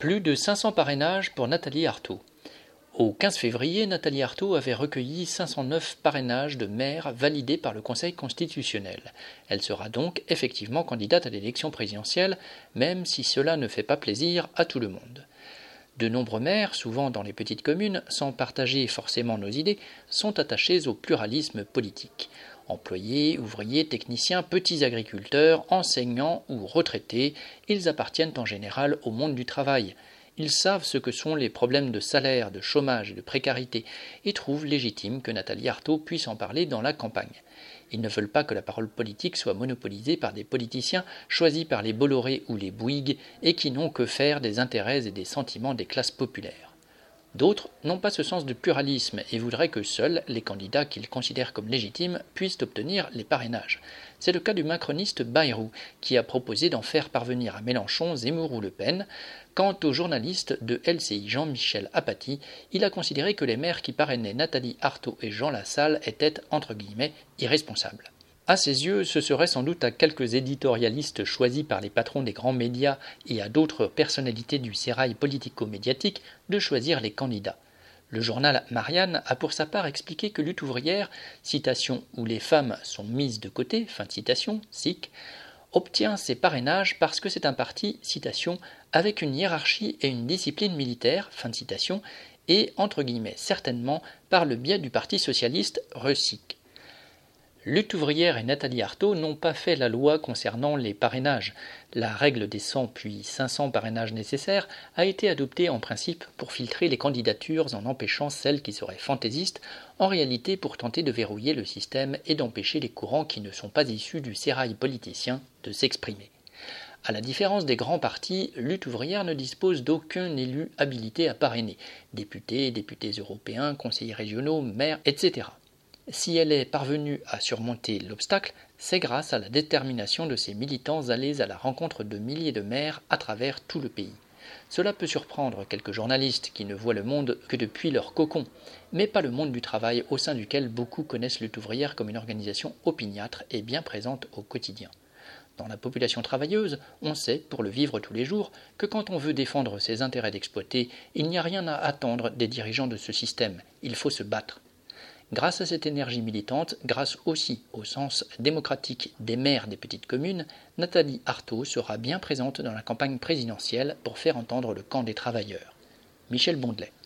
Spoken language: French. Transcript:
Plus de 500 parrainages pour Nathalie Arthaud. Au 15 février, Nathalie Arthaud avait recueilli 509 parrainages de maires validés par le Conseil constitutionnel. Elle sera donc effectivement candidate à l'élection présidentielle, même si cela ne fait pas plaisir à tout le monde. De nombreux maires, souvent dans les petites communes, sans partager forcément nos idées, sont attachés au pluralisme politique. Employés, ouvriers, techniciens, petits agriculteurs, enseignants ou retraités, ils appartiennent en général au monde du travail. Ils savent ce que sont les problèmes de salaire, de chômage et de précarité et trouvent légitime que Nathalie Arthaud puisse en parler dans la campagne. Ils ne veulent pas que la parole politique soit monopolisée par des politiciens choisis par les Bolloré ou les Bouygues et qui n'ont que faire des intérêts et des sentiments des classes populaires. D'autres n'ont pas ce sens de pluralisme et voudraient que seuls les candidats qu'ils considèrent comme légitimes puissent obtenir les parrainages. C'est le cas du macroniste Bayrou, qui a proposé d'en faire parvenir à Mélenchon, Zemmour ou Le Pen. Quant au journaliste de LCI Jean-Michel Apathy, il a considéré que les maires qui parrainaient Nathalie Arthaud et Jean Lassalle étaient, entre guillemets, irresponsables. À ses yeux, ce serait sans doute à quelques éditorialistes choisis par les patrons des grands médias et à d'autres personnalités du sérail politico-médiatique de choisir les candidats. Le journal Marianne a pour sa part expliqué que Lutte ouvrière, citation où les femmes sont mises de côté, fin de citation, SIC, obtient ses parrainages parce que c'est un parti, citation, avec une hiérarchie et une discipline militaire, fin de citation, et, entre guillemets, certainement par le biais du Parti socialiste, RESIC. Lutte ouvrière et Nathalie Arthaud n'ont pas fait la loi concernant les parrainages. La règle des 100 puis 500 parrainages nécessaires a été adoptée en principe pour filtrer les candidatures en empêchant celles qui seraient fantaisistes, en réalité pour tenter de verrouiller le système et d'empêcher les courants qui ne sont pas issus du sérail politicien de s'exprimer. À la différence des grands partis, Lutte ouvrière ne dispose d'aucun élu habilité à parrainer, députés, députés européens, conseillers régionaux, maires, etc. Si elle est parvenue à surmonter l'obstacle, c'est grâce à la détermination de ses militants allés à la rencontre de milliers de maires à travers tout le pays. Cela peut surprendre quelques journalistes qui ne voient le monde que depuis leur cocon, mais pas le monde du travail au sein duquel beaucoup connaissent Lutte ouvrière comme une organisation opiniâtre et bien présente au quotidien. Dans la population travailleuse, on sait, pour le vivre tous les jours, que quand on veut défendre ses intérêts d'exploiter, il n'y a rien à attendre des dirigeants de ce système, il faut se battre. Grâce à cette énergie militante, grâce aussi au sens démocratique des maires des petites communes, Nathalie Arthaud sera bien présente dans la campagne présidentielle pour faire entendre le camp des travailleurs. Michel Bondelet.